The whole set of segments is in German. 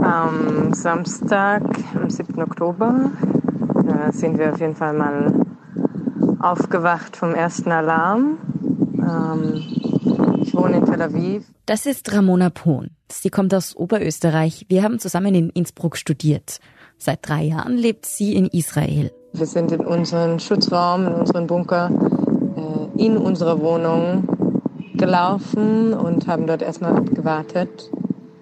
Am Samstag, am 7. Oktober, sind wir auf jeden Fall mal aufgewacht vom ersten Alarm. Ich wohne in Tel Aviv. Das ist Ramona Pohn. Sie kommt aus Oberösterreich. Wir haben zusammen in Innsbruck studiert. Seit 3 Jahren lebt sie in Israel. Wir sind in unseren Schutzraum, in unseren Bunker, in unserer Wohnung gelaufen und haben dort erstmal abgewartet.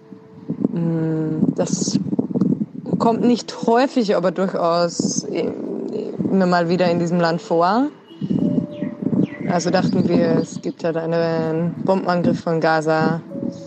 Das kommt nicht häufig, aber durchaus immer mal wieder in diesem Land vor. Also dachten wir, es gibt halt einen Bombenangriff von Gaza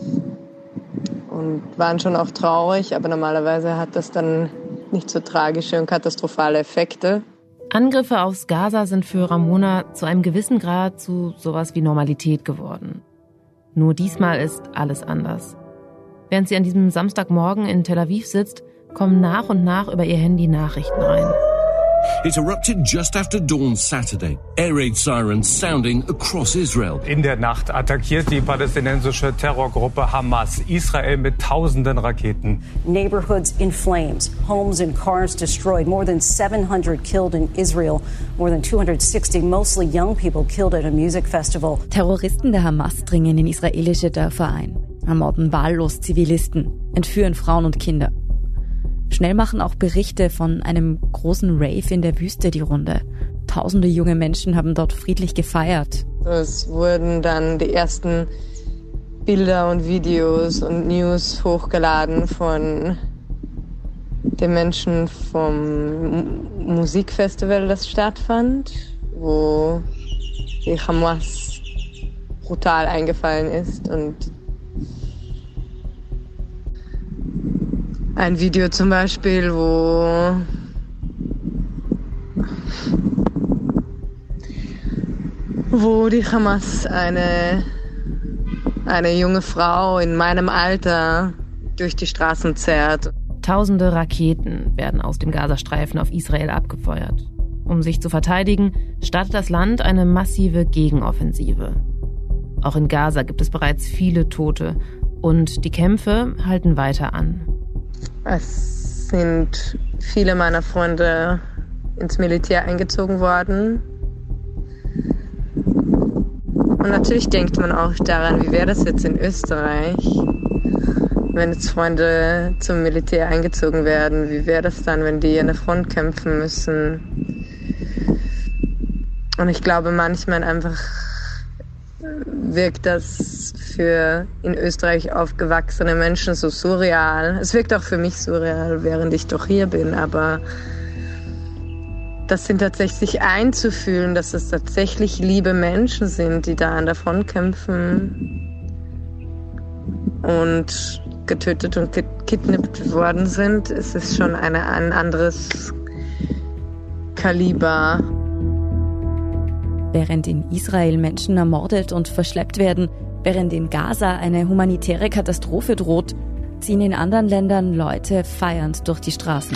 und waren schon auch traurig, aber normalerweise hat das dann nicht so tragische und katastrophale Effekte. Angriffe aufs Gaza sind für Ramona zu einem gewissen Grad zu sowas wie Normalität geworden. Nur diesmal ist alles anders. Während sie an diesem Samstagmorgen in Tel Aviv sitzt, kommen nach und nach über ihr Handy Nachrichten rein. It erupted just after dawn Saturday. Air raid sirens sounding across Israel. In der Nacht attackiert die palästinensische Terrorgruppe Hamas Israel mit tausenden Raketen. Neighborhoods in flames, homes and cars destroyed. More than 700 killed in Israel. More than 260, mostly young people, killed at a music festival. Terroristen der Hamas dringen in israelische Dörfer ein, ermorden wahllos Zivilisten, entführen Frauen und Kinder. Schnell machen auch Berichte von einem großen Rave in der Wüste die Runde. Tausende junge Menschen haben dort friedlich gefeiert. Es wurden dann die ersten Bilder und Videos und News hochgeladen von den Menschen vom Musikfestival, das stattfand, wo die Hamas brutal eingefallen ist. Und ein Video zum Beispiel, wo die Hamas eine junge Frau in meinem Alter durch die Straßen zerrt. Tausende Raketen werden aus dem Gazastreifen auf Israel abgefeuert. Um sich zu verteidigen, startet das Land eine massive Gegenoffensive. Auch in Gaza gibt es bereits viele Tote und die Kämpfe halten weiter an. Es sind viele meiner Freunde ins Militär eingezogen worden. Und natürlich denkt man auch daran, wie wäre das jetzt in Österreich, wenn jetzt Freunde zum Militär eingezogen werden. Wie wäre das dann, wenn die an der Front kämpfen müssen? Und ich glaube, manchmal einfach wirkt das für in Österreich aufgewachsene Menschen so surreal. Es wirkt auch für mich surreal, während ich doch hier bin, aber das sind tatsächlich einzufühlen, dass es tatsächlich liebe Menschen sind, die da an der Front kämpfen und getötet und gekidnappt worden sind. Es ist schon ein anderes Kaliber. Während in Israel Menschen ermordet und verschleppt werden, während in Gaza eine humanitäre Katastrophe droht, ziehen in anderen Ländern Leute feiernd durch die Straßen.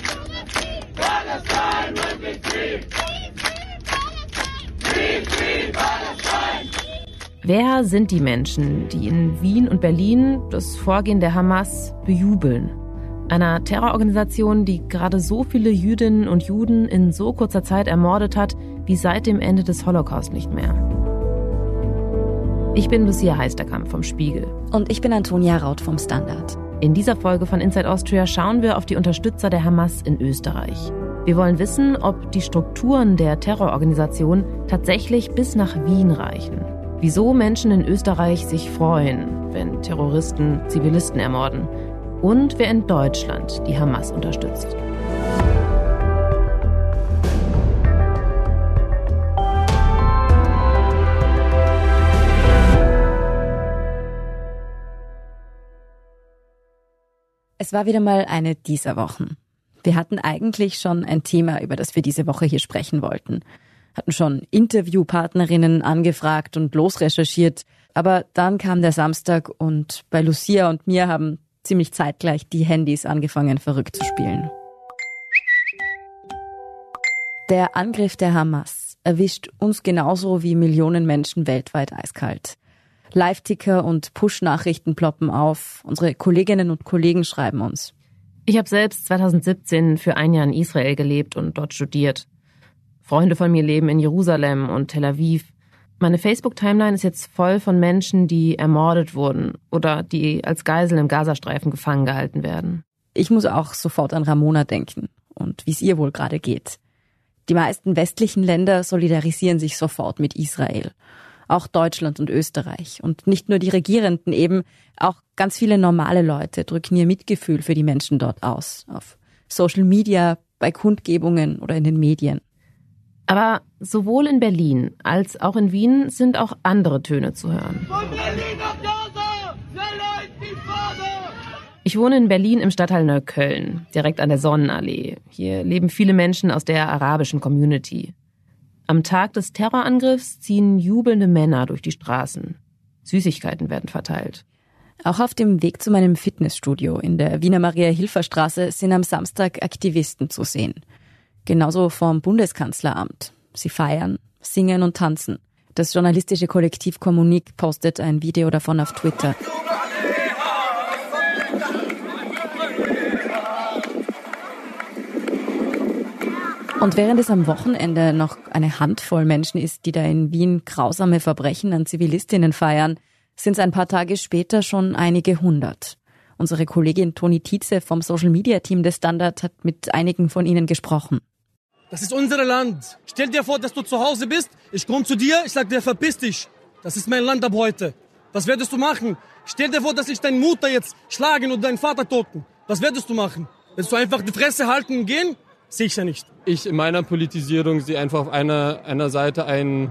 Wer sind die Menschen, die in Wien und Berlin das Vorgehen der Hamas bejubeln? Einer Terrororganisation, die gerade so viele Jüdinnen und Juden in so kurzer Zeit ermordet hat, wie seit dem Ende des Holocaust nicht mehr. Ich bin Lucia Heisterkamp vom Spiegel. Und ich bin Antonia Raut vom Standard. In dieser Folge von Inside Austria schauen wir auf die Unterstützer der Hamas in Österreich. Wir wollen wissen, ob die Strukturen der Terrororganisation tatsächlich bis nach Wien reichen. Wieso Menschen in Österreich sich freuen, wenn Terroristen Zivilisten ermorden. Und wer in Deutschland die Hamas unterstützt. Es war wieder mal eine dieser Wochen. Wir hatten eigentlich schon ein Thema, über das wir diese Woche hier sprechen wollten. Hatten schon Interviewpartnerinnen angefragt und losrecherchiert. Aber dann kam der Samstag und bei Lucia und mir haben ziemlich zeitgleich die Handys angefangen, verrückt zu spielen. Der Angriff der Hamas erwischt uns genauso wie Millionen Menschen weltweit eiskalt. Live-Ticker und Push-Nachrichten ploppen auf. Unsere Kolleginnen und Kollegen schreiben uns. Ich habe selbst 2017 für ein Jahr in Israel gelebt und dort studiert. Freunde von mir leben in Jerusalem und Tel Aviv. Meine Facebook-Timeline ist jetzt voll von Menschen, die ermordet wurden oder die als Geisel im Gazastreifen gefangen gehalten werden. Ich muss auch sofort an Ramona denken und wie es ihr wohl gerade geht. Die meisten westlichen Länder solidarisieren sich sofort mit Israel. Auch Deutschland und Österreich. Und nicht nur die Regierenden eben, auch ganz viele normale Leute drücken ihr Mitgefühl für die Menschen dort aus. Auf Social Media, bei Kundgebungen oder in den Medien. Aber sowohl in Berlin als auch in Wien sind auch andere Töne zu hören. Von Berlin nach Gaza! Verleiht die Fahne! Ich wohne in Berlin im Stadtteil Neukölln, direkt an der Sonnenallee. Hier leben viele Menschen aus der arabischen Community. Am Tag des Terrorangriffs ziehen jubelnde Männer durch die Straßen. Süßigkeiten werden verteilt. Auch auf dem Weg zu meinem Fitnessstudio in der Wiener Maria-Hilfer-Straße sind am Samstag Aktivisten zu sehen. Genauso vom Bundeskanzleramt. Sie feiern, singen und tanzen. Das journalistische Kollektiv Kommunik postet ein Video davon auf Twitter. Und während es am Wochenende noch eine Handvoll Menschen ist, die da in Wien grausame Verbrechen an Zivilistinnen feiern, sind es ein paar Tage später schon einige hundert. Unsere Kollegin Toni Tietze vom Social-Media-Team des Standard hat mit einigen von ihnen gesprochen. Das ist unser Land. Stell dir vor, dass du zu Hause bist. Ich komme zu dir, ich sag dir, verpiss dich. Das ist mein Land ab heute. Was würdest du machen? Stell dir vor, dass ich deine Mutter jetzt schlagen oder deinen Vater toten. Was würdest du machen? Willst du einfach die Fresse halten und gehen? Sicher nicht. Ich in meiner Politisierung sehe einfach auf einer Seite einen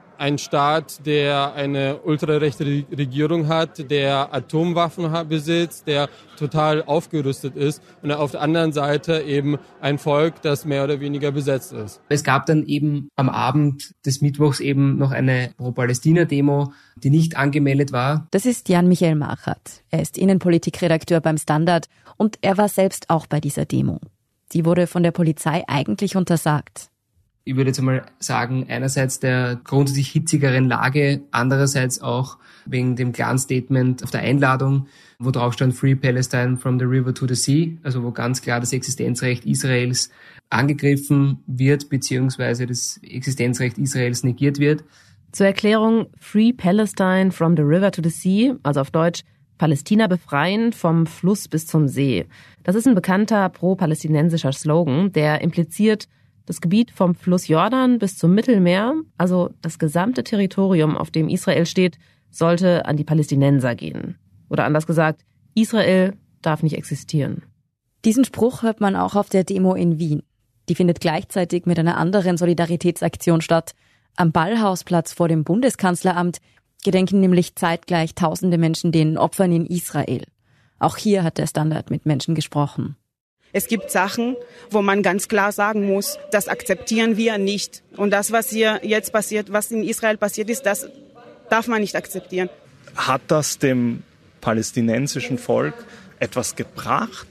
Staat, der eine ultrarechte Regierung hat, der Atomwaffen besitzt, der total aufgerüstet ist, und auf der anderen Seite eben ein Volk, das mehr oder weniger besetzt ist. Es gab dann eben am Abend des Mittwochs eben noch eine Pro-Palästina-Demo, die nicht angemeldet war. Das ist Jan-Michael Marchart. Er ist Innenpolitikredakteur beim Standard und er war selbst auch bei dieser Demo. Die wurde von der Polizei eigentlich untersagt. Ich würde jetzt einmal sagen, einerseits der grundsätzlich hitzigeren Lage, andererseits auch wegen dem klaren Statement auf der Einladung, wo drauf stand Free Palestine from the river to the sea, also wo ganz klar das Existenzrecht Israels angegriffen wird, beziehungsweise das Existenzrecht Israels negiert wird. Zur Erklärung, Free Palestine from the river to the sea, also auf Deutsch Palästina befreien vom Fluss bis zum See. Das ist ein bekannter pro-palästinensischer Slogan, der impliziert, das Gebiet vom Fluss Jordan bis zum Mittelmeer, also das gesamte Territorium, auf dem Israel steht, sollte an die Palästinenser gehen. Oder anders gesagt, Israel darf nicht existieren. Diesen Spruch hört man auch auf der Demo in Wien. Die findet gleichzeitig mit einer anderen Solidaritätsaktion statt. Am Ballhausplatz vor dem Bundeskanzleramt gedenken nämlich zeitgleich tausende Menschen den Opfern in Israel. Auch hier hat der Standard mit Menschen gesprochen. Es gibt Sachen, wo man ganz klar sagen muss, das akzeptieren wir nicht. Und das, was hier jetzt passiert, was in Israel passiert ist, das darf man nicht akzeptieren. Hat das dem palästinensischen Volk etwas gebracht?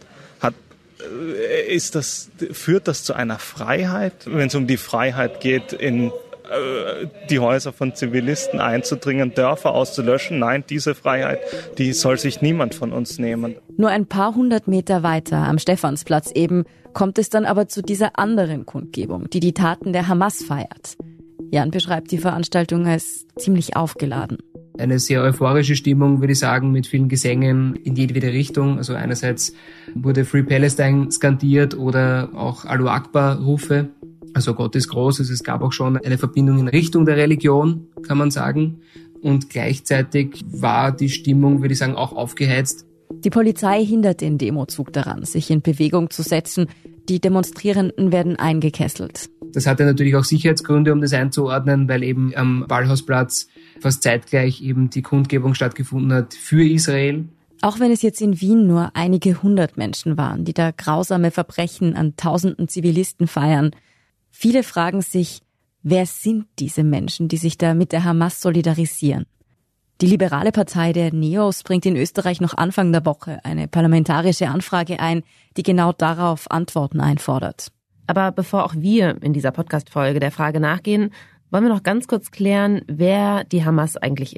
Führt das zu einer Freiheit, wenn es um die Freiheit geht, in die Häuser von Zivilisten einzudringen, Dörfer auszulöschen? Nein, diese Freiheit, die soll sich niemand von uns nehmen. Nur ein paar hundert Meter weiter am Stephansplatz eben kommt es dann aber zu dieser anderen Kundgebung, die die Taten der Hamas feiert. Jan beschreibt die Veranstaltung als ziemlich aufgeladen. Eine sehr euphorische Stimmung, würde ich sagen, mit vielen Gesängen in jede Richtung. Also einerseits wurde Free Palestine skandiert oder auch Allahu Akbar-Rufe. Also Gott ist groß, also es gab auch schon eine Verbindung in Richtung der Religion, kann man sagen. Und gleichzeitig war die Stimmung, würde ich sagen, auch aufgeheizt. Die Polizei hindert den Demozug daran, sich in Bewegung zu setzen. Die Demonstrierenden werden eingekesselt. Das hatte natürlich auch Sicherheitsgründe, um das einzuordnen, weil eben am Ballhausplatz fast zeitgleich eben die Kundgebung stattgefunden hat für Israel. Auch wenn es jetzt in Wien nur einige hundert Menschen waren, die da grausame Verbrechen an tausenden Zivilisten feiern, viele fragen sich, wer sind diese Menschen, die sich da mit der Hamas solidarisieren? Die liberale Partei der Neos bringt in Österreich noch Anfang der Woche eine parlamentarische Anfrage ein, die genau darauf Antworten einfordert. Aber bevor auch wir in dieser Podcast-Folge der Frage nachgehen, wollen wir noch ganz kurz klären, wer die Hamas eigentlich ist.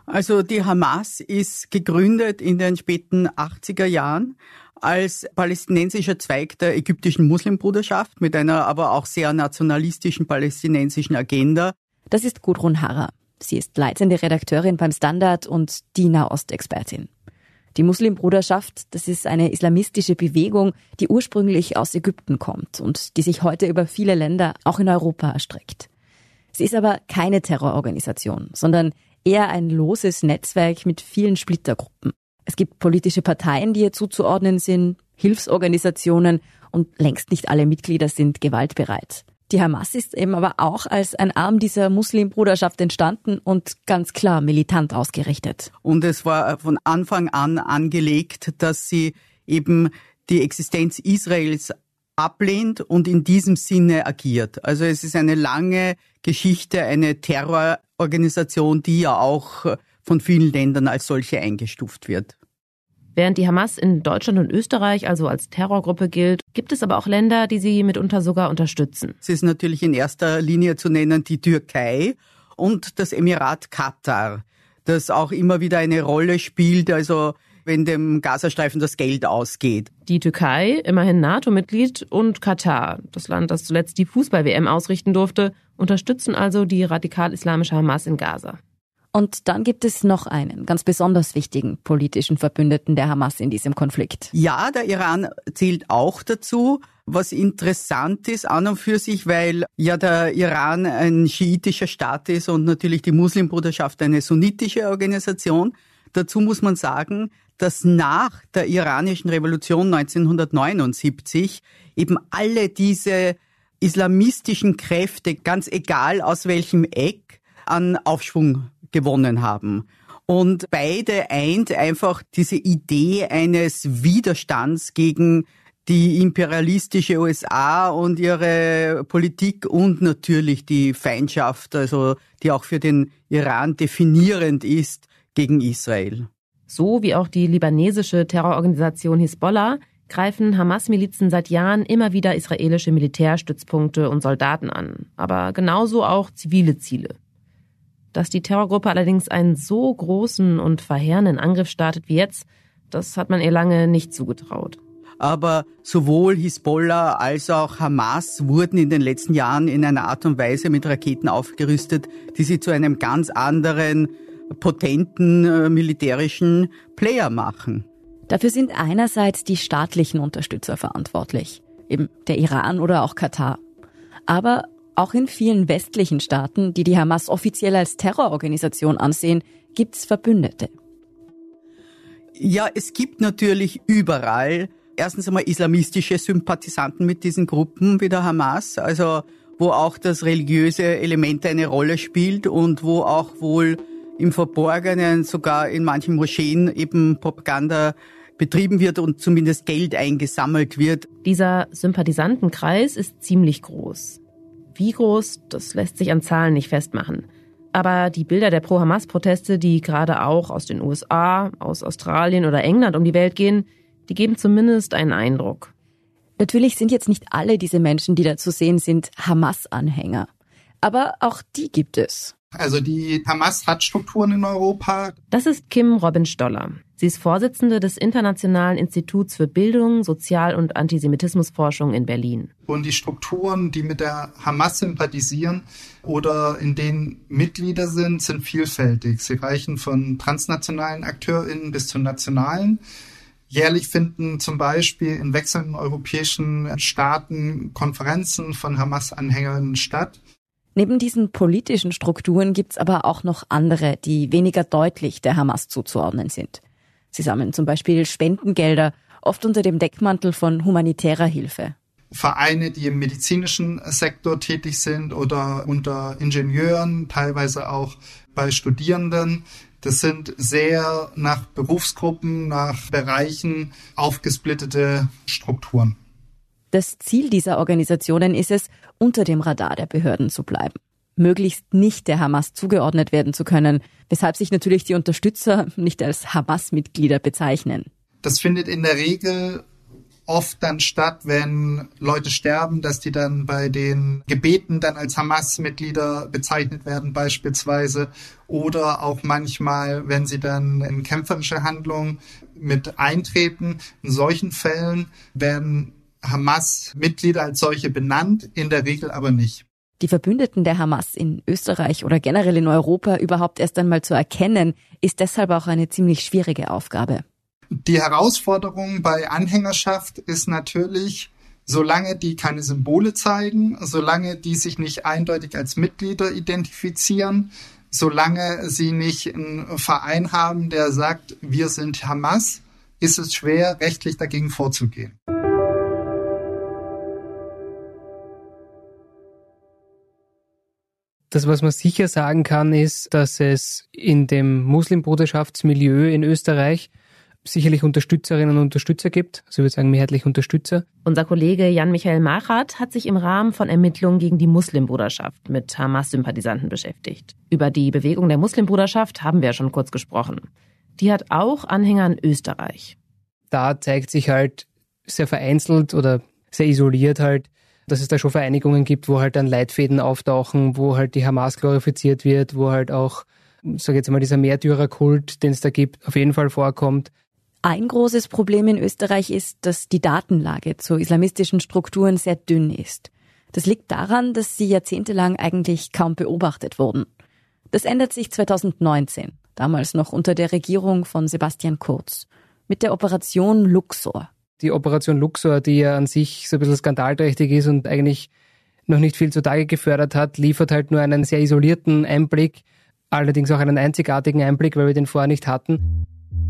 Also die Hamas ist gegründet in den späten 80er Jahren als palästinensischer Zweig der ägyptischen Muslimbruderschaft mit einer aber auch sehr nationalistischen palästinensischen Agenda. Das ist Gudrun Harrer. Sie ist leitende Redakteurin beim Standard und die Nahostexpertin. Die Muslimbruderschaft, das ist eine islamistische Bewegung, die ursprünglich aus Ägypten kommt und die sich heute über viele Länder, auch in Europa, erstreckt. Sie ist aber keine Terrororganisation, sondern eher ein loses Netzwerk mit vielen Splittergruppen. Es gibt politische Parteien, die ihr zuzuordnen sind, Hilfsorganisationen und längst nicht alle Mitglieder sind gewaltbereit. Die Hamas ist eben aber auch als ein Arm dieser Muslimbruderschaft entstanden und ganz klar militant ausgerichtet. Und es war von Anfang an angelegt, dass sie eben die Existenz Israels ablehnt und in diesem Sinne agiert. Also es ist eine lange Geschichte, eine Terrororganisation, die ja auch von vielen Ländern als solche eingestuft wird. Während die Hamas in Deutschland und Österreich also als Terrorgruppe gilt, gibt es aber auch Länder, die sie mitunter sogar unterstützen. Es ist natürlich in erster Linie zu nennen die Türkei und das Emirat Katar, das auch immer wieder eine Rolle spielt, also wenn dem Gazastreifen das Geld ausgeht. Die Türkei, immerhin NATO-Mitglied, und Katar, das Land, das zuletzt die Fußball-WM ausrichten durfte, unterstützen also die radikal-islamische Hamas in Gaza. Und dann gibt es noch einen ganz besonders wichtigen politischen Verbündeten der Hamas in diesem Konflikt. Ja, der Iran zählt auch dazu, was interessant ist an und für sich, weil ja der Iran ein schiitischer Staat ist und natürlich die Muslimbruderschaft eine sunnitische Organisation. Dazu muss man sagen, dass nach der iranischen Revolution 1979 eben alle diese islamistischen Kräfte, ganz egal aus welchem Eck, an Aufschwung gewonnen haben. Und beide eint einfach diese Idee eines Widerstands gegen die imperialistische USA und ihre Politik und natürlich die Feindschaft, also die auch für den Iran definierend ist, gegen Israel. So wie auch die libanesische Terrororganisation Hisbollah greifen Hamas-Milizen seit Jahren immer wieder israelische Militärstützpunkte und Soldaten an, aber genauso auch zivile Ziele. Dass die Terrorgruppe allerdings einen so großen und verheerenden Angriff startet wie jetzt, das hat man ihr lange nicht zugetraut. Aber sowohl Hisbollah als auch Hamas wurden in den letzten Jahren in einer Art und Weise mit Raketen aufgerüstet, die sie zu einem ganz anderen, potenten militärischen Player machen. Dafür sind einerseits die staatlichen Unterstützer verantwortlich, eben der Iran oder auch Katar. Aber auch in vielen westlichen Staaten, die die Hamas offiziell als Terrororganisation ansehen, gibt's Verbündete. Ja, es gibt natürlich überall erstens einmal islamistische Sympathisanten mit diesen Gruppen wie der Hamas, also wo auch das religiöse Element eine Rolle spielt und wo auch wohl im Verborgenen, sogar in manchen Moscheen eben Propaganda betrieben wird und zumindest Geld eingesammelt wird. Dieser Sympathisantenkreis ist ziemlich groß. Wie groß, das lässt sich an Zahlen nicht festmachen. Aber die Bilder der Pro-Hamas-Proteste, die gerade auch aus den USA, aus Australien oder England um die Welt gehen, die geben zumindest einen Eindruck. Natürlich sind jetzt nicht alle diese Menschen, die da zu sehen sind, Hamas-Anhänger. Aber auch die gibt es. Also die Hamas hat Strukturen in Europa. Das ist Kim Robin-Stoller. Sie ist Vorsitzende des Internationalen Instituts für Bildung, Sozial- und Antisemitismusforschung in Berlin. Und die Strukturen, die mit der Hamas sympathisieren oder in denen Mitglieder sind vielfältig. Sie reichen von transnationalen AkteurInnen bis zu nationalen. Jährlich finden zum Beispiel in wechselnden europäischen Staaten Konferenzen von Hamas-Anhängern statt. Neben diesen politischen Strukturen gibt's aber auch noch andere, die weniger deutlich der Hamas zuzuordnen sind. Sie sammeln zum Beispiel Spendengelder, oft unter dem Deckmantel von humanitärer Hilfe. Vereine, die im medizinischen Sektor tätig sind oder unter Ingenieuren, teilweise auch bei Studierenden. Das sind sehr nach Berufsgruppen, nach Bereichen aufgesplittete Strukturen. Das Ziel dieser Organisationen ist es, unter dem Radar der Behörden zu bleiben. Möglichst nicht der Hamas zugeordnet werden zu können, weshalb sich natürlich die Unterstützer nicht als Hamas-Mitglieder bezeichnen. Das findet in der Regel oft dann statt, wenn Leute sterben, dass die dann bei den Gebeten dann als Hamas-Mitglieder bezeichnet werden beispielsweise, oder auch manchmal, wenn sie dann in kämpferische Handlungen mit eintreten. In solchen Fällen werden Hamas-Mitglieder als solche benannt, in der Regel aber nicht. Die Verbündeten der Hamas in Österreich oder generell in Europa überhaupt erst einmal zu erkennen, ist deshalb auch eine ziemlich schwierige Aufgabe. Die Herausforderung bei Anhängerschaft ist natürlich, solange die keine Symbole zeigen, solange die sich nicht eindeutig als Mitglieder identifizieren, solange sie nicht einen Verein haben, der sagt, wir sind Hamas, ist es schwer, rechtlich dagegen vorzugehen. Das, was man sicher sagen kann, ist, dass es in dem Muslimbruderschaftsmilieu in Österreich sicherlich Unterstützerinnen und Unterstützer gibt. Also ich würde sagen, mehrheitlich Unterstützer. Unser Kollege Jan-Michael Machat hat sich im Rahmen von Ermittlungen gegen die Muslimbruderschaft mit Hamas-Sympathisanten beschäftigt. Über die Bewegung der Muslimbruderschaft haben wir ja schon kurz gesprochen. Die hat auch Anhänger in Österreich. Da zeigt sich halt sehr vereinzelt oder sehr isoliert halt, dass es da schon Vereinigungen gibt, wo halt dann Leitfäden auftauchen, wo halt die Hamas glorifiziert wird, wo halt auch, sag jetzt mal, dieser Märtyrerkult, den es da gibt, auf jeden Fall vorkommt. Ein großes Problem in Österreich ist, dass die Datenlage zu islamistischen Strukturen sehr dünn ist. Das liegt daran, dass sie jahrzehntelang eigentlich kaum beobachtet wurden. Das ändert sich 2019, damals noch unter der Regierung von Sebastian Kurz, mit der Operation Luxor. Die Operation Luxor, die ja an sich so ein bisschen skandalträchtig ist und eigentlich noch nicht viel zutage gefördert hat, liefert halt nur einen sehr isolierten Einblick, allerdings auch einen einzigartigen Einblick, weil wir den vorher nicht hatten.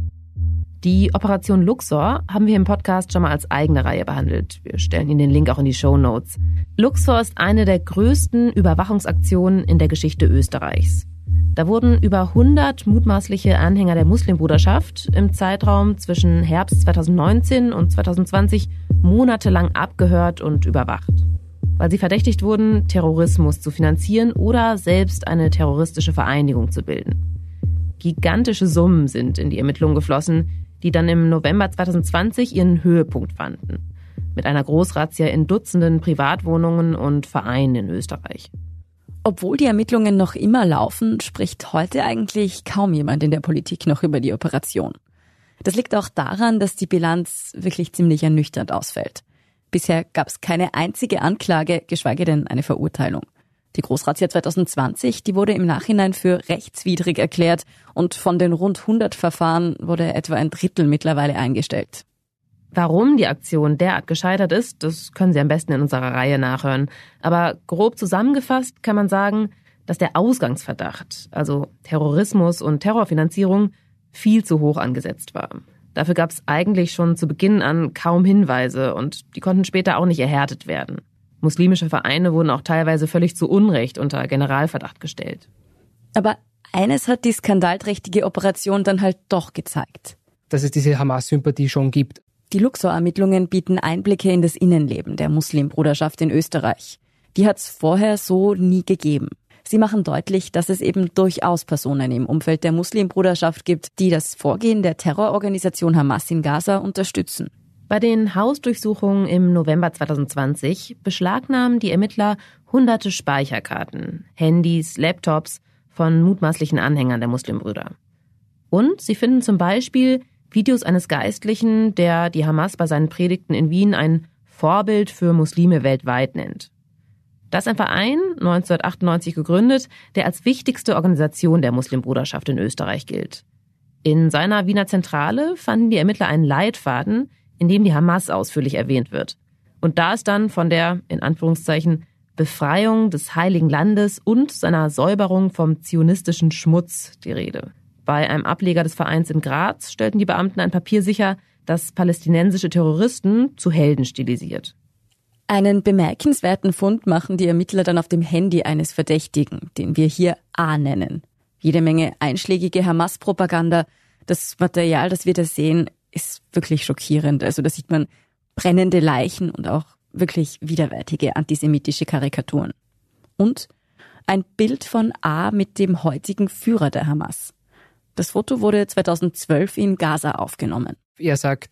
Die Operation Luxor haben wir im Podcast schon mal als eigene Reihe behandelt. Wir stellen Ihnen den Link auch in die Shownotes. Luxor ist eine der größten Überwachungsaktionen in der Geschichte Österreichs. Da wurden über 100 mutmaßliche Anhänger der Muslimbruderschaft im Zeitraum zwischen Herbst 2019 und 2020 monatelang abgehört und überwacht, weil sie verdächtigt wurden, Terrorismus zu finanzieren oder selbst eine terroristische Vereinigung zu bilden. Gigantische Summen sind in die Ermittlungen geflossen, die dann im November 2020 ihren Höhepunkt fanden, mit einer Großrazzia in Dutzenden Privatwohnungen und Vereinen in Österreich. Obwohl die Ermittlungen noch immer laufen, spricht heute eigentlich kaum jemand in der Politik noch über die Operation. Das liegt auch daran, dass die Bilanz wirklich ziemlich ernüchternd ausfällt. Bisher gab es keine einzige Anklage, geschweige denn eine Verurteilung. Die Großrazzia 2020, die wurde im Nachhinein für rechtswidrig erklärt und von den rund 100 Verfahren wurde etwa ein Drittel mittlerweile eingestellt. Warum die Aktion derart gescheitert ist, das können Sie am besten in unserer Reihe nachhören. Aber grob zusammengefasst kann man sagen, dass der Ausgangsverdacht, also Terrorismus und Terrorfinanzierung, viel zu hoch angesetzt war. Dafür gab es eigentlich schon zu Beginn an kaum Hinweise und die konnten später auch nicht erhärtet werden. Muslimische Vereine wurden auch teilweise völlig zu Unrecht unter Generalverdacht gestellt. Aber eines hat die skandalträchtige Operation dann halt doch gezeigt. Dass es diese Hamas-Sympathie schon gibt. Die Luxor-Ermittlungen bieten Einblicke in das Innenleben der Muslimbruderschaft in Österreich. Die hat es vorher so nie gegeben. Sie machen deutlich, dass es eben durchaus Personen im Umfeld der Muslimbruderschaft gibt, die das Vorgehen der Terrororganisation Hamas in Gaza unterstützen. Bei den Hausdurchsuchungen im November 2020 beschlagnahmen die Ermittler hunderte Speicherkarten, Handys, Laptops von mutmaßlichen Anhängern der Muslimbrüder. Und sie finden zum Beispiel Videos eines Geistlichen, der die Hamas bei seinen Predigten in Wien ein Vorbild für Muslime weltweit nennt. Das ist ein Verein, 1998 gegründet, der als wichtigste Organisation der Muslimbruderschaft in Österreich gilt. In seiner Wiener Zentrale fanden die Ermittler einen Leitfaden, in dem die Hamas ausführlich erwähnt wird. Und da ist dann von der, in Anführungszeichen, Befreiung des Heiligen Landes und seiner Säuberung vom zionistischen Schmutz die Rede. Bei einem Ableger des Vereins in Graz stellten die Beamten ein Papier sicher, das palästinensische Terroristen zu Helden stilisiert. Einen bemerkenswerten Fund machen die Ermittler dann auf dem Handy eines Verdächtigen, den wir hier A nennen. Jede Menge einschlägige Hamas-Propaganda. Das Material, das wir da sehen, ist wirklich schockierend. Also da sieht man brennende Leichen und auch wirklich widerwärtige antisemitische Karikaturen. Und ein Bild von A mit dem heutigen Führer der Hamas. Das Foto wurde 2012 in Gaza aufgenommen. Er sagt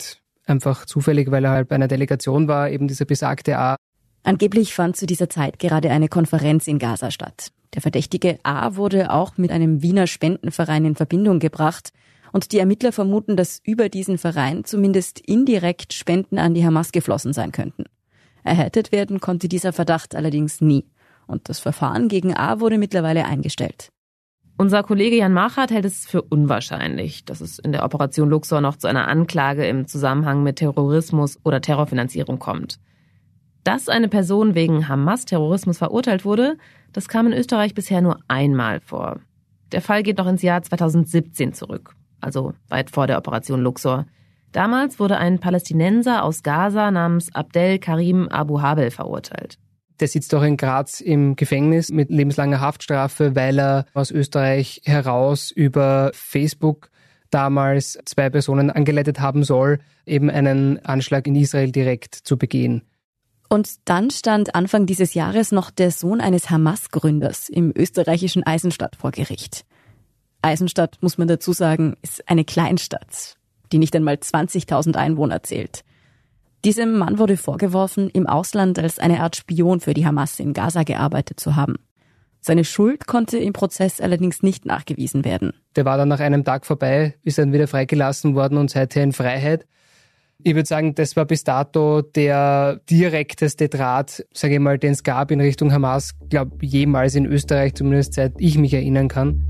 einfach zufällig, weil er halt bei einer Delegation war, eben dieser besagte A. Angeblich fand zu dieser Zeit gerade eine Konferenz in Gaza statt. Der verdächtige A wurde auch mit einem Wiener Spendenverein in Verbindung gebracht und die Ermittler vermuten, dass über diesen Verein zumindest indirekt Spenden an die Hamas geflossen sein könnten. Erhärtet werden konnte dieser Verdacht allerdings nie und das Verfahren gegen A wurde mittlerweile eingestellt. Unser Kollege Jan Marchart hält es für unwahrscheinlich, dass es in der Operation Luxor noch zu einer Anklage im Zusammenhang mit Terrorismus oder Terrorfinanzierung kommt. Dass eine Person wegen Hamas-Terrorismus verurteilt wurde, das kam in Österreich bisher nur einmal vor. Der Fall geht noch ins Jahr 2017 zurück, also weit vor der Operation Luxor. Damals wurde ein Palästinenser aus Gaza namens Abdel Karim Abu Habel verurteilt. Der sitzt auch in Graz im Gefängnis mit lebenslanger Haftstrafe, weil er aus Österreich heraus über Facebook damals 2 Personen angeleitet haben soll, eben einen Anschlag in Israel direkt zu begehen. Und dann stand Anfang dieses Jahres noch der Sohn eines Hamas-Gründers im österreichischen Eisenstadt vor Gericht. Eisenstadt, muss man dazu sagen, ist eine Kleinstadt, die nicht einmal 20.000 Einwohner zählt. Diesem Mann wurde vorgeworfen, im Ausland als eine Art Spion für die Hamas in Gaza gearbeitet zu haben. Seine Schuld konnte im Prozess allerdings nicht nachgewiesen werden. Der war dann nach einem Tag vorbei, ist dann wieder freigelassen worden und seither in Freiheit. Ich würde sagen, das war bis dato der direkteste Draht, sage ich mal, den es gab in Richtung Hamas, glaube jemals in Österreich, zumindest seit ich mich erinnern kann.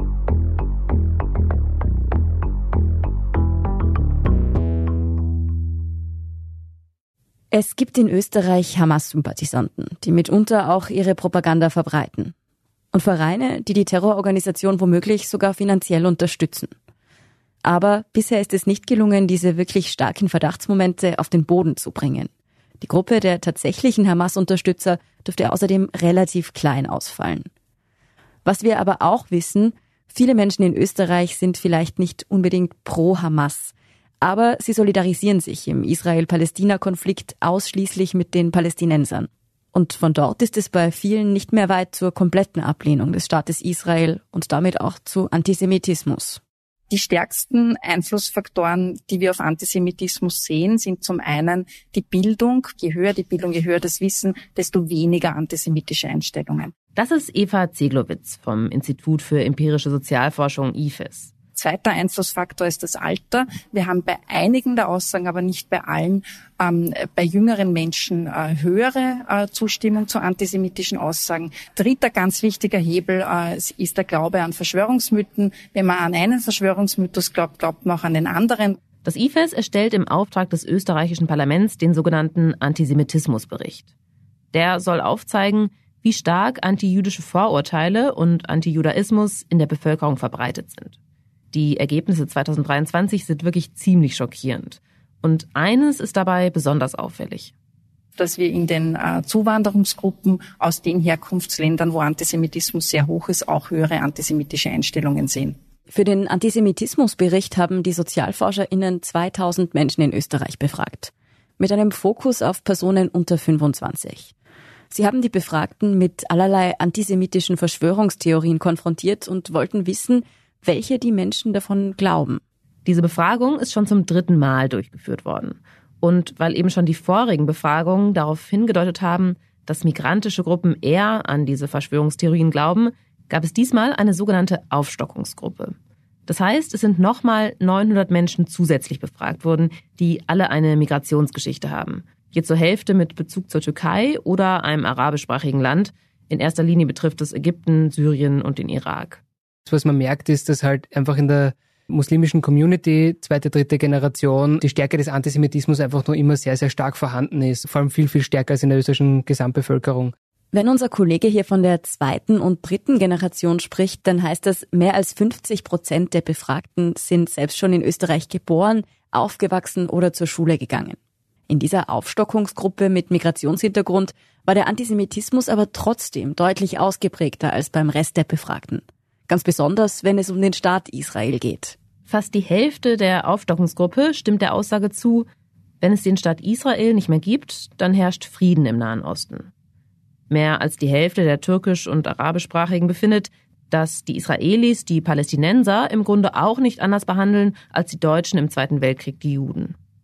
Es gibt in Österreich Hamas-Sympathisanten, die mitunter auch ihre Propaganda verbreiten. Und Vereine, die die Terrororganisation womöglich sogar finanziell unterstützen. Aber bisher ist es nicht gelungen, diese wirklich starken Verdachtsmomente auf den Boden zu bringen. Die Gruppe der tatsächlichen Hamas-Unterstützer dürfte außerdem relativ klein ausfallen. Was wir aber auch wissen, viele Menschen in Österreich sind vielleicht nicht unbedingt pro Hamas, aber sie solidarisieren sich im Israel-Palästina-Konflikt ausschließlich mit den Palästinensern. Und von dort ist es bei vielen nicht mehr weit zur kompletten Ablehnung des Staates Israel und damit auch zu Antisemitismus. Die stärksten Einflussfaktoren, die wir auf Antisemitismus sehen, sind zum einen die Bildung. Je höher die Bildung, je höher das Wissen, desto weniger antisemitische Einstellungen. Das ist Eva Zeglowitz vom Institut für empirische Sozialforschung IFES. Zweiter Einflussfaktor ist das Alter. Wir haben bei einigen der Aussagen, aber nicht bei allen, bei jüngeren Menschen höhere Zustimmung zu antisemitischen Aussagen. Dritter ganz wichtiger Hebel ist der Glaube an Verschwörungsmythen. Wenn man an einen Verschwörungsmythos glaubt, glaubt man auch an den anderen. Das IFES erstellt im Auftrag des österreichischen Parlaments den sogenannten Antisemitismusbericht. Der soll aufzeigen, wie stark antijüdische Vorurteile und Antijudaismus in der Bevölkerung verbreitet sind. Die Ergebnisse 2023 sind wirklich ziemlich schockierend. Und eines ist dabei besonders auffällig. Dass wir in den Zuwanderungsgruppen aus den Herkunftsländern, wo Antisemitismus sehr hoch ist, auch höhere antisemitische Einstellungen sehen. Für den Antisemitismusbericht haben die SozialforscherInnen 2000 Menschen in Österreich befragt. Mit einem Fokus auf Personen unter 25. Sie haben die Befragten mit allerlei antisemitischen Verschwörungstheorien konfrontiert und wollten wissen, welche die Menschen davon glauben. Diese Befragung ist schon zum 3. Mal durchgeführt worden. Und weil eben schon die vorigen Befragungen darauf hingedeutet haben, dass migrantische Gruppen eher an diese Verschwörungstheorien glauben, gab es diesmal eine sogenannte Aufstockungsgruppe. Das heißt, es sind nochmal 900 Menschen zusätzlich befragt worden, die alle eine Migrationsgeschichte haben. Je zur Hälfte mit Bezug zur Türkei oder einem arabischsprachigen Land. In erster Linie betrifft es Ägypten, Syrien und den Irak. Was man merkt, ist, dass halt einfach in der muslimischen Community, 2., 3. Generation, die Stärke des Antisemitismus einfach noch immer sehr, sehr stark vorhanden ist. Vor allem viel, viel stärker als in der österreichischen Gesamtbevölkerung. Wenn unser Kollege hier von der 2. und 3. Generation spricht, dann heißt das, mehr als 50% der Befragten sind selbst schon in Österreich geboren, aufgewachsen oder zur Schule gegangen. In dieser Aufstockungsgruppe mit Migrationshintergrund war der Antisemitismus aber trotzdem deutlich ausgeprägter als beim Rest der Befragten. Ganz besonders, wenn es um den Staat Israel geht. Fast die Hälfte der Aufstockungsgruppe stimmt der Aussage zu, wenn es den Staat Israel nicht mehr gibt, dann herrscht Frieden im Nahen Osten. Mehr als die Hälfte der türkisch- und arabischsprachigen befindet, dass die Israelis die Palästinenser im Grunde auch nicht anders behandeln als die Deutschen im Zweiten Weltkrieg die Juden.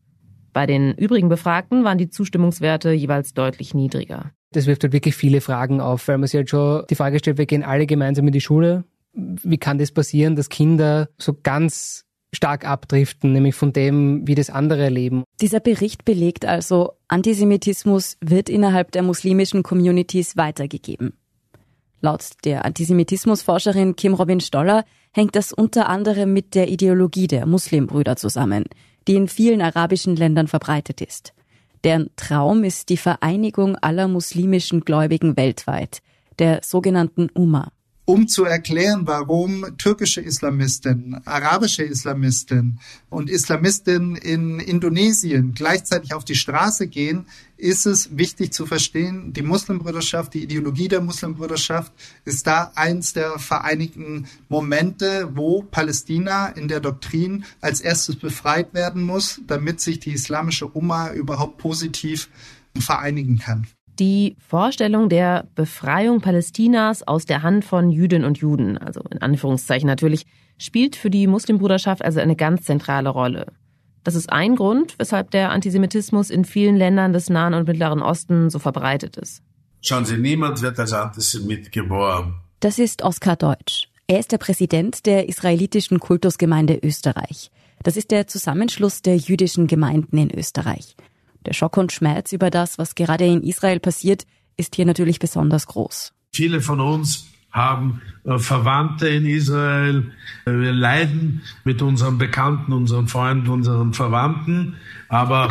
Bei den übrigen Befragten waren die Zustimmungswerte jeweils deutlich niedriger. Das wirft halt wirklich viele Fragen auf, weil man sich halt schon die Frage stellt, wir gehen alle gemeinsam in die Schule. Wie kann das passieren, dass Kinder so ganz stark abdriften, nämlich von dem, wie das andere erleben? Dieser Bericht belegt also, Antisemitismus wird innerhalb der muslimischen Communities weitergegeben. Laut der Antisemitismusforscherin Kim Robin-Stoller hängt das unter anderem mit der Ideologie der Muslimbrüder zusammen, die in vielen arabischen Ländern verbreitet ist. Deren Traum ist die Vereinigung aller muslimischen Gläubigen weltweit, der sogenannten Umma. Um zu erklären, warum türkische Islamistinnen, arabische Islamistinnen und Islamistinnen in Indonesien gleichzeitig auf die Straße gehen, ist es wichtig zu verstehen, die Muslimbrüderschaft, die Ideologie der Muslimbrüderschaft ist da eins der vereinigten Momente, wo Palästina in der Doktrin als erstes befreit werden muss, damit sich die islamische Umma überhaupt positiv vereinigen kann. Die Vorstellung der Befreiung Palästinas aus der Hand von Jüdinnen und Juden, also in Anführungszeichen natürlich, spielt für die Muslimbruderschaft also eine ganz zentrale Rolle. Das ist ein Grund, weshalb der Antisemitismus in vielen Ländern des Nahen und Mittleren Osten so verbreitet ist. Schauen Sie, niemand wird als Antisemit geboren. Das ist Oskar Deutsch. Er ist der Präsident der israelitischen Kultusgemeinde Österreich. Das ist der Zusammenschluss der jüdischen Gemeinden in Österreich. Der Schock und Schmerz über das, was gerade in Israel passiert, ist hier natürlich besonders groß. Viele von uns haben Verwandte in Israel. Wir leiden mit unseren Bekannten, unseren Freunden, unseren Verwandten. Aber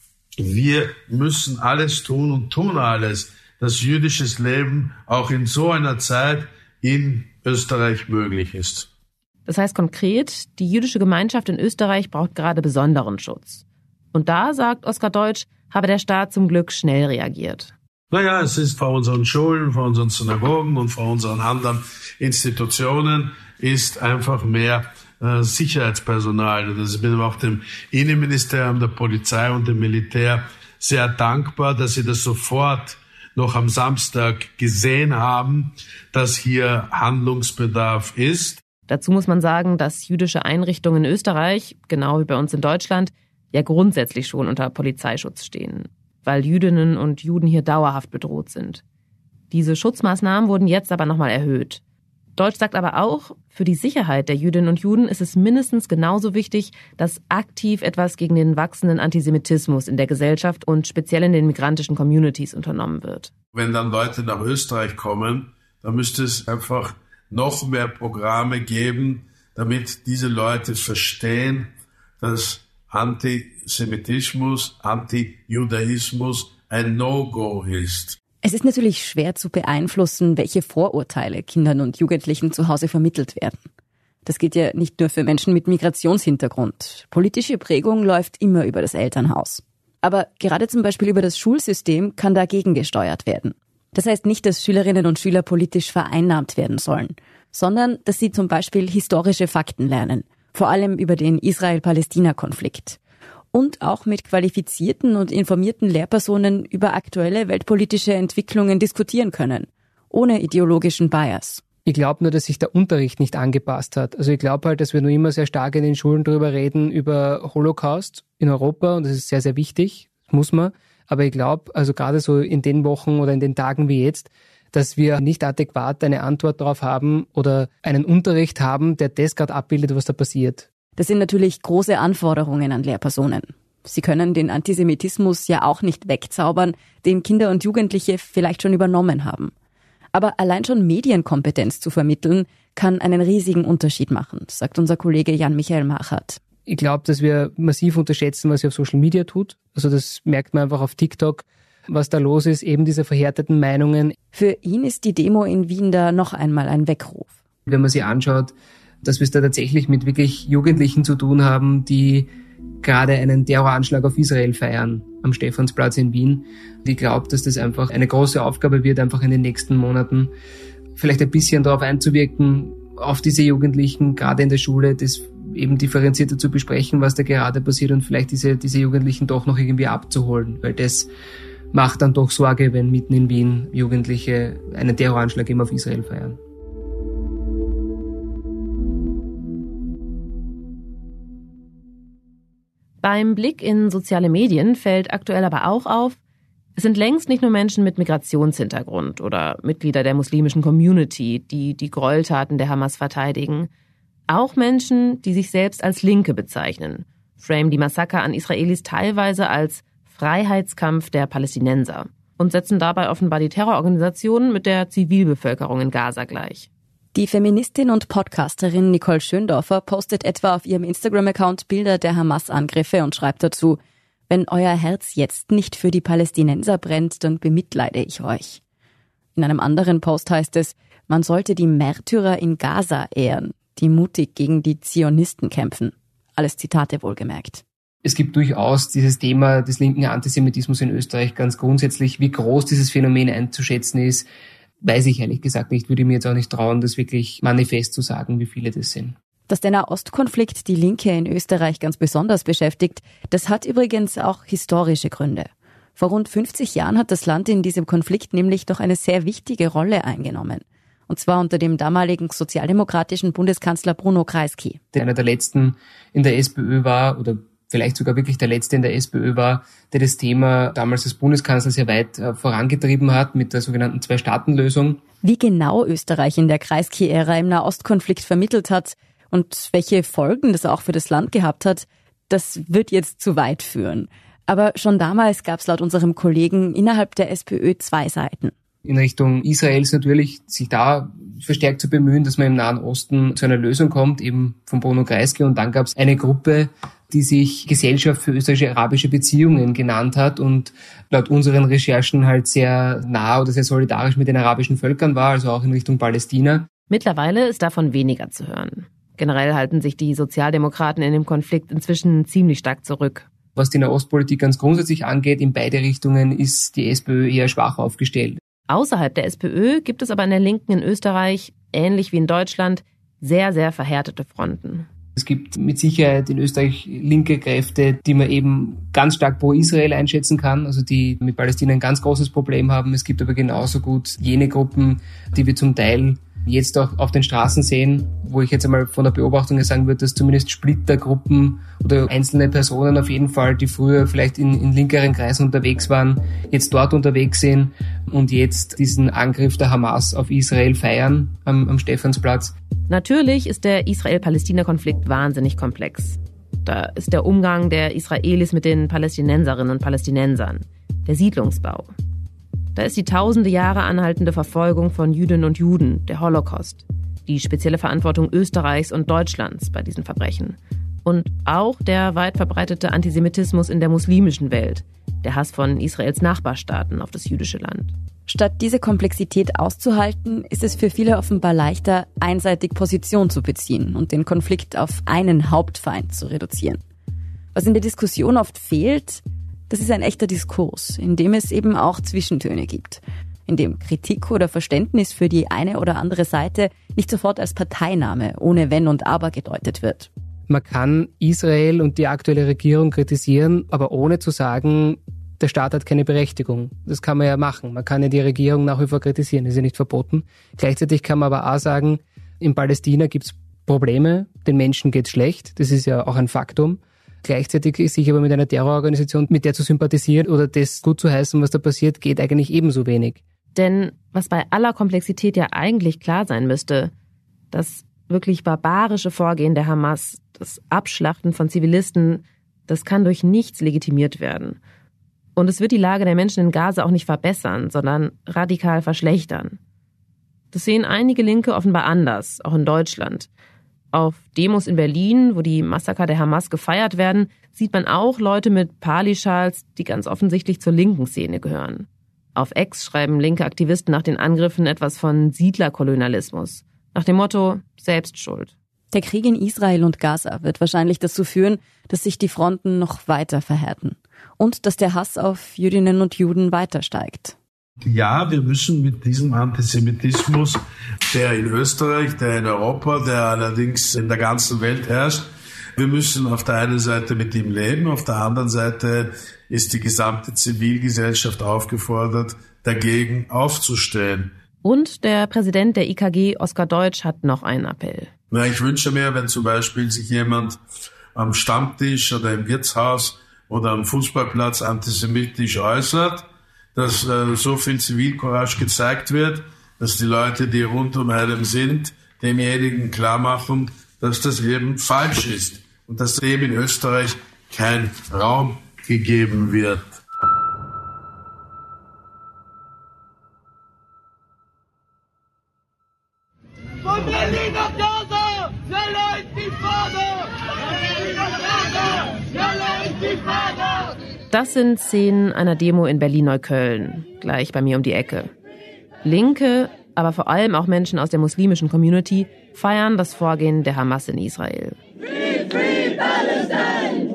wir müssen alles tun und tun alles, dass jüdisches Leben auch in so einer Zeit in Österreich möglich ist. Das heißt konkret, die jüdische Gemeinschaft in Österreich braucht gerade besonderen Schutz. Und da, sagt Oskar Deutsch, habe der Staat zum Glück schnell reagiert. Naja, es ist vor unseren Schulen, vor unseren Synagogen und vor unseren anderen Institutionen ist einfach mehr Sicherheitspersonal. Ich bin auch dem Innenministerium, der Polizei und dem Militär sehr dankbar, dass sie das sofort noch am Samstag gesehen haben, dass hier Handlungsbedarf ist. Dazu muss man sagen, dass jüdische Einrichtungen in Österreich, genau wie bei uns in Deutschland, ja grundsätzlich schon unter Polizeischutz stehen, weil Jüdinnen und Juden hier dauerhaft bedroht sind. Diese Schutzmaßnahmen wurden jetzt aber nochmal erhöht. Deutsch sagt aber auch, für die Sicherheit der Jüdinnen und Juden ist es mindestens genauso wichtig, dass aktiv etwas gegen den wachsenden Antisemitismus in der Gesellschaft und speziell in den migrantischen Communities unternommen wird. Wenn dann Leute nach Österreich kommen, dann müsste es einfach noch mehr Programme geben, damit diese Leute verstehen, dass Antisemitismus, Antijudaismus ein No-Go ist. Es ist natürlich schwer zu beeinflussen, welche Vorurteile Kindern und Jugendlichen zu Hause vermittelt werden. Das gilt ja nicht nur für Menschen mit Migrationshintergrund. Politische Prägung läuft immer über das Elternhaus. Aber gerade zum Beispiel über das Schulsystem kann dagegen gesteuert werden. Das heißt nicht, dass Schülerinnen und Schüler politisch vereinnahmt werden sollen, sondern dass sie zum Beispiel historische Fakten lernen. Vor allem über den Israel-Palästina-Konflikt. Und auch mit qualifizierten und informierten Lehrpersonen über aktuelle weltpolitische Entwicklungen diskutieren können, ohne ideologischen Bias. Ich glaube nur, dass sich der Unterricht nicht angepasst hat. Also ich glaube halt, dass wir noch immer sehr stark in den Schulen darüber reden, über Holocaust in Europa, und das ist sehr, sehr wichtig, das muss man. Aber ich glaube, also gerade so in den Wochen oder in den Tagen wie jetzt, dass wir nicht adäquat eine Antwort darauf haben oder einen Unterricht haben, der das gerade abbildet, was da passiert. Das sind natürlich große Anforderungen an Lehrpersonen. Sie können den Antisemitismus ja auch nicht wegzaubern, den Kinder und Jugendliche vielleicht schon übernommen haben. Aber allein schon Medienkompetenz zu vermitteln, kann einen riesigen Unterschied machen, sagt unser Kollege Jan-Michael Machert. Ich glaube, dass wir massiv unterschätzen, was sie auf Social Media tut. Also das merkt man einfach auf TikTok, was da los ist, eben diese verhärteten Meinungen. Für ihn ist die Demo in Wien da noch einmal ein Weckruf. Wenn man sich anschaut, dass wir es da tatsächlich mit wirklich Jugendlichen zu tun haben, die gerade einen Terroranschlag auf Israel feiern, am Stephansplatz in Wien. Und ich glaube, dass das einfach eine große Aufgabe wird, einfach in den nächsten Monaten vielleicht ein bisschen darauf einzuwirken, auf diese Jugendlichen, gerade in der Schule, das eben differenzierter zu besprechen, was da gerade passiert und vielleicht diese Jugendlichen doch noch irgendwie abzuholen, weil das macht dann doch Sorge, wenn mitten in Wien Jugendliche einen Terroranschlag eben auf Israel feiern. Beim Blick in soziale Medien fällt aktuell aber auch auf, es sind längst nicht nur Menschen mit Migrationshintergrund oder Mitglieder der muslimischen Community, die die Gräueltaten der Hamas verteidigen. Auch Menschen, die sich selbst als Linke bezeichnen, framen die Massaker an Israelis teilweise als Freiheitskampf der Palästinenser und setzen dabei offenbar die Terrororganisationen mit der Zivilbevölkerung in Gaza gleich. Die Feministin und Podcasterin Nicole Schöndorfer postet etwa auf ihrem Instagram-Account Bilder der Hamas-Angriffe und schreibt dazu: Wenn euer Herz jetzt nicht für die Palästinenser brennt, dann bemitleide ich euch. In einem anderen Post heißt es, man sollte die Märtyrer in Gaza ehren, die mutig gegen die Zionisten kämpfen. Alles Zitate wohlgemerkt. Es gibt durchaus dieses Thema des linken Antisemitismus in Österreich ganz grundsätzlich. Wie groß dieses Phänomen einzuschätzen ist, weiß ich ehrlich gesagt nicht. Würde mir jetzt auch nicht trauen, das wirklich manifest zu sagen, wie viele das sind. Dass der Nahostkonflikt die Linke in Österreich ganz besonders beschäftigt, das hat übrigens auch historische Gründe. Vor rund 50 Jahren hat das Land in diesem Konflikt nämlich doch eine sehr wichtige Rolle eingenommen. Und zwar unter dem damaligen sozialdemokratischen Bundeskanzler Bruno Kreisky. Der einer der letzten in der SPÖ war, oder vielleicht sogar wirklich der letzte in der SPÖ war, der das Thema damals als Bundeskanzler sehr weit vorangetrieben hat mit der sogenannten Zwei-Staaten-Lösung. Wie genau Österreich in der Kreisky-Ära im Nahostkonflikt vermittelt hat und welche Folgen das auch für das Land gehabt hat, das wird jetzt zu weit führen. Aber schon damals gab es laut unserem Kollegen innerhalb der SPÖ zwei Seiten. In Richtung Israels natürlich, sich da verstärkt zu bemühen, dass man im Nahen Osten zu einer Lösung kommt, eben von Bruno Kreisky. Und dann gab es eine Gruppe, die sich Gesellschaft für österreichische-arabische Beziehungen genannt hat und laut unseren Recherchen halt sehr nah oder sehr solidarisch mit den arabischen Völkern war, also auch in Richtung Palästina. Mittlerweile ist davon weniger zu hören. Generell halten sich die Sozialdemokraten in dem Konflikt inzwischen ziemlich stark zurück. Was die Nahostpolitik ganz grundsätzlich angeht, in beide Richtungen ist die SPÖ eher schwach aufgestellt. Außerhalb der SPÖ gibt es aber in der Linken in Österreich, ähnlich wie in Deutschland, sehr, sehr verhärtete Fronten. Es gibt mit Sicherheit in Österreich linke Kräfte, die man eben ganz stark pro Israel einschätzen kann, also die mit Palästina ein ganz großes Problem haben. Es gibt aber genauso gut jene Gruppen, die wir zum Teil jetzt auch auf den Straßen sehen, wo ich jetzt einmal von der Beobachtung her sagen würde, dass zumindest Splittergruppen oder einzelne Personen auf jeden Fall, die früher vielleicht in linkeren Kreisen unterwegs waren, jetzt dort unterwegs sind und jetzt diesen Angriff der Hamas auf Israel feiern am Stephansplatz. Natürlich ist der Israel-Palästina-Konflikt wahnsinnig komplex. Da ist der Umgang der Israelis mit den Palästinenserinnen und Palästinensern, der Siedlungsbau. Da ist die tausende Jahre anhaltende Verfolgung von Jüdinnen und Juden, der Holocaust, die spezielle Verantwortung Österreichs und Deutschlands bei diesen Verbrechen und auch der weit verbreitete Antisemitismus in der muslimischen Welt, der Hass von Israels Nachbarstaaten auf das jüdische Land. Statt diese Komplexität auszuhalten, ist es für viele offenbar leichter, einseitig Position zu beziehen und den Konflikt auf einen Hauptfeind zu reduzieren. Was in der Diskussion oft fehlt, das ist ein echter Diskurs, in dem es eben auch Zwischentöne gibt, in dem Kritik oder Verständnis für die eine oder andere Seite nicht sofort als Parteinahme ohne Wenn und Aber gedeutet wird. Man kann Israel und die aktuelle Regierung kritisieren, aber ohne zu sagen, der Staat hat keine Berechtigung. Das kann man ja machen. Man kann ja die Regierung nach wie vor kritisieren, das ist ja nicht verboten. Gleichzeitig kann man aber auch sagen, in Palästina gibt es Probleme, den Menschen geht's schlecht, das ist ja auch ein Faktum. Gleichzeitig ist sich aber mit einer Terrororganisation, mit der zu sympathisieren oder das gut zu heißen, was da passiert, geht eigentlich ebenso wenig. Denn was bei aller Komplexität ja eigentlich klar sein müsste, das wirklich barbarische Vorgehen der Hamas, das Abschlachten von Zivilisten, das kann durch nichts legitimiert werden. Und es wird die Lage der Menschen in Gaza auch nicht verbessern, sondern radikal verschlechtern. Das sehen einige Linke offenbar anders, auch in Deutschland. Auf Demos in Berlin, wo die Massaker der Hamas gefeiert werden, sieht man auch Leute mit Pali-Schals, die ganz offensichtlich zur linken Szene gehören. Auf X schreiben linke Aktivisten nach den Angriffen etwas von Siedlerkolonialismus. Nach dem Motto, Selbstschuld. Der Krieg in Israel und Gaza wird wahrscheinlich dazu führen, dass sich die Fronten noch weiter verhärten. Und dass der Hass auf Jüdinnen und Juden weiter steigt. Ja, wir müssen mit diesem Antisemitismus, der in Österreich, der in Europa, der allerdings in der ganzen Welt herrscht, wir müssen auf der einen Seite mit ihm leben, auf der anderen Seite ist die gesamte Zivilgesellschaft aufgefordert, dagegen aufzustehen. Und der Präsident der IKG, Oskar Deutsch, hat noch einen Appell. Ich wünsche mir, wenn zum Beispiel sich jemand am Stammtisch oder im Wirtshaus oder am Fußballplatz antisemitisch äußert, dass so viel Zivilcourage gezeigt wird, dass die Leute, die rund um einem sind, demjenigen klar machen, dass das eben falsch ist und dass dem in Österreich kein Raum gegeben wird. Von Berlin nach Gaza, Yalla Intifada! Yalla Intifada! Das sind Szenen einer Demo in Berlin-Neukölln, gleich bei mir um die Ecke. Linke, aber vor allem auch Menschen aus der muslimischen Community feiern das Vorgehen der Hamas in Israel. Free, free Palestine!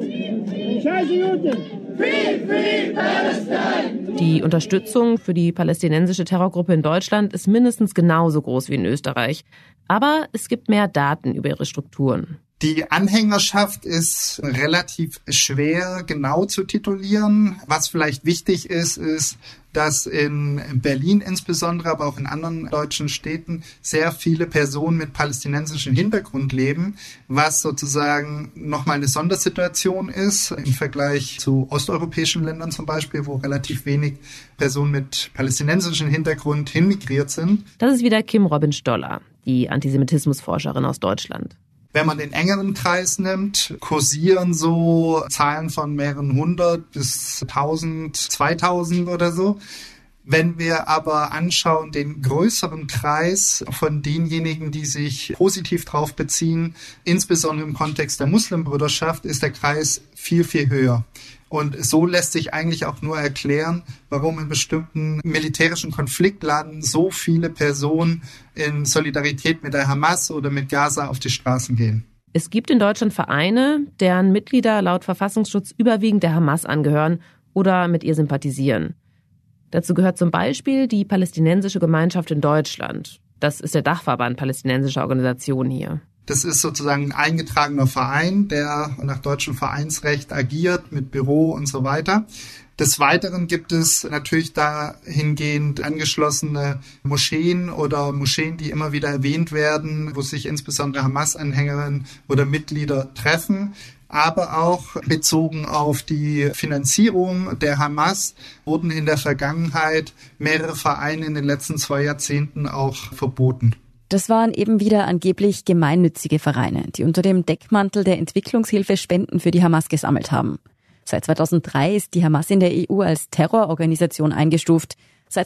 Free, free Palestine! Die Unterstützung für die palästinensische Terrorgruppe in Deutschland ist mindestens genauso groß wie in Österreich. Aber es gibt mehr Daten über ihre Strukturen. Die Anhängerschaft ist relativ schwer genau zu titulieren. Was vielleicht wichtig ist, dass in Berlin insbesondere, aber auch in anderen deutschen Städten sehr viele Personen mit palästinensischem Hintergrund leben, was sozusagen nochmal eine Sondersituation ist im Vergleich zu osteuropäischen Ländern zum Beispiel, wo relativ wenig Personen mit palästinensischem Hintergrund hinmigriert sind. Das ist wieder Kim Robin-Stoller, die Antisemitismusforscherin aus Deutschland. Wenn man den engeren Kreis nimmt, kursieren so Zahlen von mehreren hundert bis 1000, 2000 oder so. Wenn wir aber anschauen, den größeren Kreis von denjenigen, die sich positiv drauf beziehen, insbesondere im Kontext der Muslimbrüderschaft, ist der Kreis viel, viel höher. Und so lässt sich eigentlich auch nur erklären, warum in bestimmten militärischen Konfliktlagen so viele Personen in Solidarität mit der Hamas oder mit Gaza auf die Straßen gehen. Es gibt in Deutschland Vereine, deren Mitglieder laut Verfassungsschutz überwiegend der Hamas angehören oder mit ihr sympathisieren. Dazu gehört zum Beispiel die Palästinensische Gemeinschaft in Deutschland. Das ist der Dachverband palästinensischer Organisationen hier. Das ist sozusagen ein eingetragener Verein, der nach deutschem Vereinsrecht agiert, mit Büro und so weiter. Des Weiteren gibt es natürlich dahingehend angeschlossene Moscheen oder Moscheen, die immer wieder erwähnt werden, wo sich insbesondere Hamas-Anhängerinnen oder Mitglieder treffen. Aber auch bezogen auf die Finanzierung der Hamas wurden in der Vergangenheit mehrere Vereine in den letzten 2 Jahrzehnten auch verboten. Das waren eben wieder angeblich gemeinnützige Vereine, die unter dem Deckmantel der Entwicklungshilfe Spenden für die Hamas gesammelt haben. Seit 2003 ist die Hamas in der EU als Terrororganisation eingestuft. Seit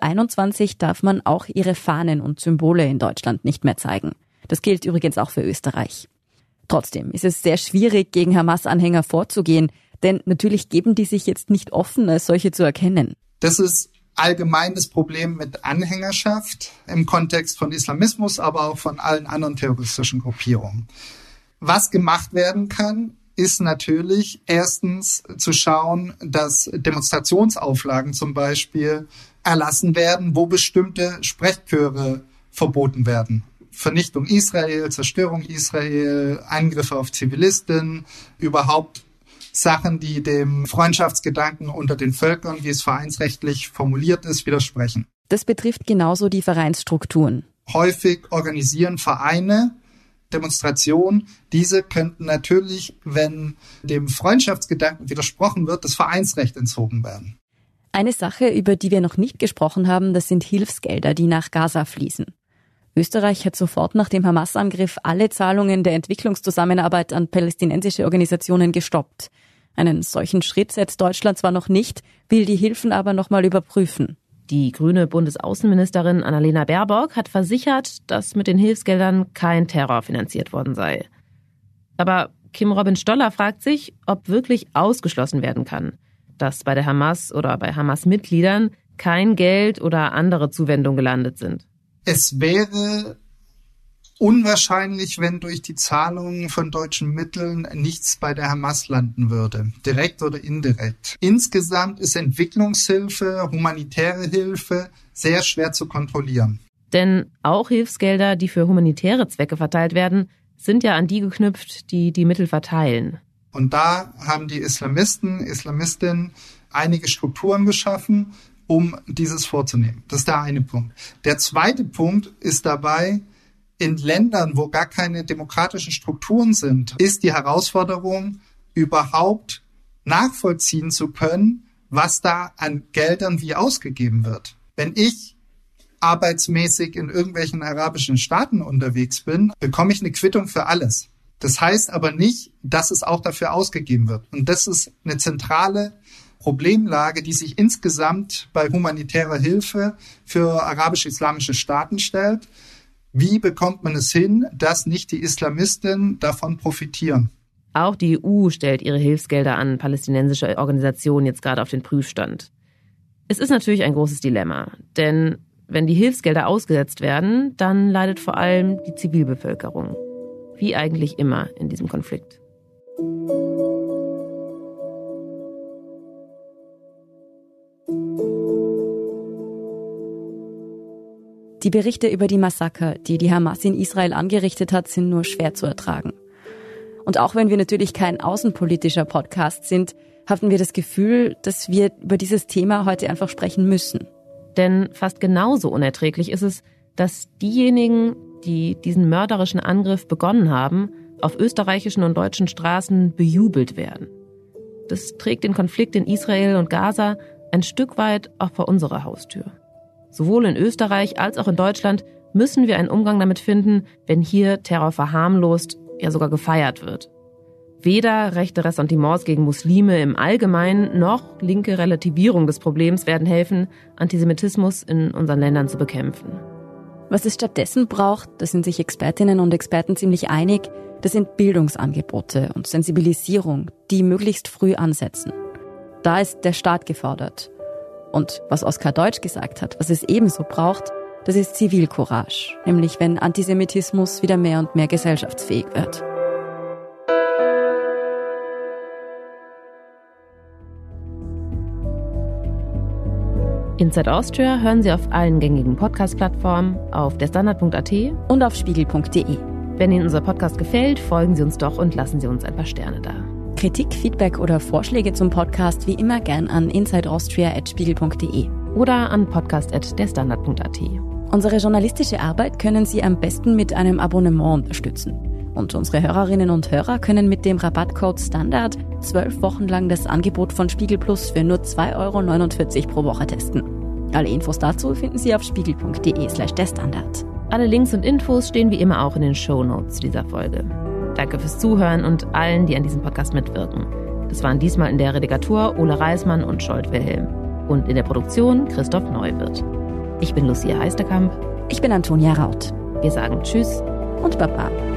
2021 darf man auch ihre Fahnen und Symbole in Deutschland nicht mehr zeigen. Das gilt übrigens auch für Österreich. Trotzdem ist es sehr schwierig, gegen Hamas-Anhänger vorzugehen, denn natürlich geben die sich jetzt nicht offen, als solche zu erkennen. Das ist allgemeines Problem mit Anhängerschaft im Kontext von Islamismus, aber auch von allen anderen terroristischen Gruppierungen. Was gemacht werden kann, ist natürlich erstens zu schauen, dass Demonstrationsauflagen zum Beispiel erlassen werden, wo bestimmte Sprechchöre verboten werden. Vernichtung Israel, Zerstörung Israel, Angriffe auf Zivilisten, überhaupt Sachen, die dem Freundschaftsgedanken unter den Völkern, wie es vereinsrechtlich formuliert ist, widersprechen. Das betrifft genauso die Vereinsstrukturen. Häufig organisieren Vereine Demonstrationen. Diese könnten natürlich, wenn dem Freundschaftsgedanken widersprochen wird, das Vereinsrecht entzogen werden. Eine Sache, über die wir noch nicht gesprochen haben, das sind Hilfsgelder, die nach Gaza fließen. Österreich hat sofort nach dem Hamas-Angriff alle Zahlungen der Entwicklungszusammenarbeit an palästinensische Organisationen gestoppt. Einen solchen Schritt setzt Deutschland zwar noch nicht, will die Hilfen aber noch mal überprüfen. Die grüne Bundesaußenministerin Annalena Baerbock hat versichert, dass mit den Hilfsgeldern kein Terror finanziert worden sei. Aber Kim Robin-Stoller fragt sich, ob wirklich ausgeschlossen werden kann, dass bei der Hamas oder bei Hamas-Mitgliedern kein Geld oder andere Zuwendungen gelandet sind. Es wäre unwahrscheinlich, wenn durch die Zahlungen von deutschen Mitteln nichts bei der Hamas landen würde, direkt oder indirekt. Insgesamt ist Entwicklungshilfe, humanitäre Hilfe sehr schwer zu kontrollieren. Denn auch Hilfsgelder, die für humanitäre Zwecke verteilt werden, sind ja an die geknüpft, die die Mittel verteilen. Und da haben die Islamistinnen einige Strukturen geschaffen, um dieses vorzunehmen. Das ist der eine Punkt. Der zweite Punkt ist dabei, In Ländern, wo gar keine demokratischen Strukturen sind, ist die Herausforderung, überhaupt nachvollziehen zu können, was da an Geldern wie ausgegeben wird. Wenn ich arbeitsmäßig in irgendwelchen arabischen Staaten unterwegs bin, bekomme ich eine Quittung für alles. Das heißt aber nicht, dass es auch dafür ausgegeben wird. Und das ist eine zentrale Problemlage, die sich insgesamt bei humanitärer Hilfe für arabisch-islamische Staaten stellt. Wie bekommt man es hin, dass nicht die Islamisten davon profitieren? Auch die EU stellt ihre Hilfsgelder an palästinensische Organisationen jetzt gerade auf den Prüfstand. Es ist natürlich ein großes Dilemma, denn wenn die Hilfsgelder ausgesetzt werden, dann leidet vor allem die Zivilbevölkerung. Wie eigentlich immer in diesem Konflikt. Die Berichte über die Massaker, die die Hamas in Israel angerichtet hat, sind nur schwer zu ertragen. Und auch wenn wir natürlich kein außenpolitischer Podcast sind, haben wir das Gefühl, dass wir über dieses Thema heute einfach sprechen müssen. Denn fast genauso unerträglich ist es, dass diejenigen, die diesen mörderischen Angriff begonnen haben, auf österreichischen und deutschen Straßen bejubelt werden. Das trägt den Konflikt in Israel und Gaza ein Stück weit auch vor unserer Haustür. Sowohl in Österreich als auch in Deutschland müssen wir einen Umgang damit finden, wenn hier Terror verharmlost, ja sogar gefeiert wird. Weder rechte Ressentiments gegen Muslime im Allgemeinen noch linke Relativierung des Problems werden helfen, Antisemitismus in unseren Ländern zu bekämpfen. Was es stattdessen braucht, da sind sich Expertinnen und Experten ziemlich einig, das sind Bildungsangebote und Sensibilisierung, die möglichst früh ansetzen. Da ist der Staat gefordert. Und was Oskar Deutsch gesagt hat, was es ebenso braucht, das ist Zivilcourage, nämlich wenn Antisemitismus wieder mehr und mehr gesellschaftsfähig wird. Inside Austria hören Sie auf allen gängigen Podcast-Plattformen, auf derstandard.at und auf spiegel.de. Wenn Ihnen unser Podcast gefällt, folgen Sie uns doch und lassen Sie uns ein paar Sterne da. Kritik, Feedback oder Vorschläge zum Podcast wie immer gern an insideaustria@spiegel.de oder an podcast@derstandard.at. Unsere journalistische Arbeit können Sie am besten mit einem Abonnement unterstützen. Und unsere Hörerinnen und Hörer können mit dem Rabattcode STANDARD 12 Wochen lang das Angebot von Spiegel Plus für nur 2,49 € pro Woche testen. Alle Infos dazu finden Sie auf spiegel.de/derstandard. Alle Links und Infos stehen wie immer auch in den Shownotes dieser Folge. Danke fürs Zuhören und allen, die an diesem Podcast mitwirken. Das waren diesmal in der Redaktur Ole Reismann und Scholt Wilhelm. Und in der Produktion Christoph Neuwirth. Ich bin Lucia Heisterkamp. Ich bin Antonia Raut. Wir sagen Tschüss und Baba.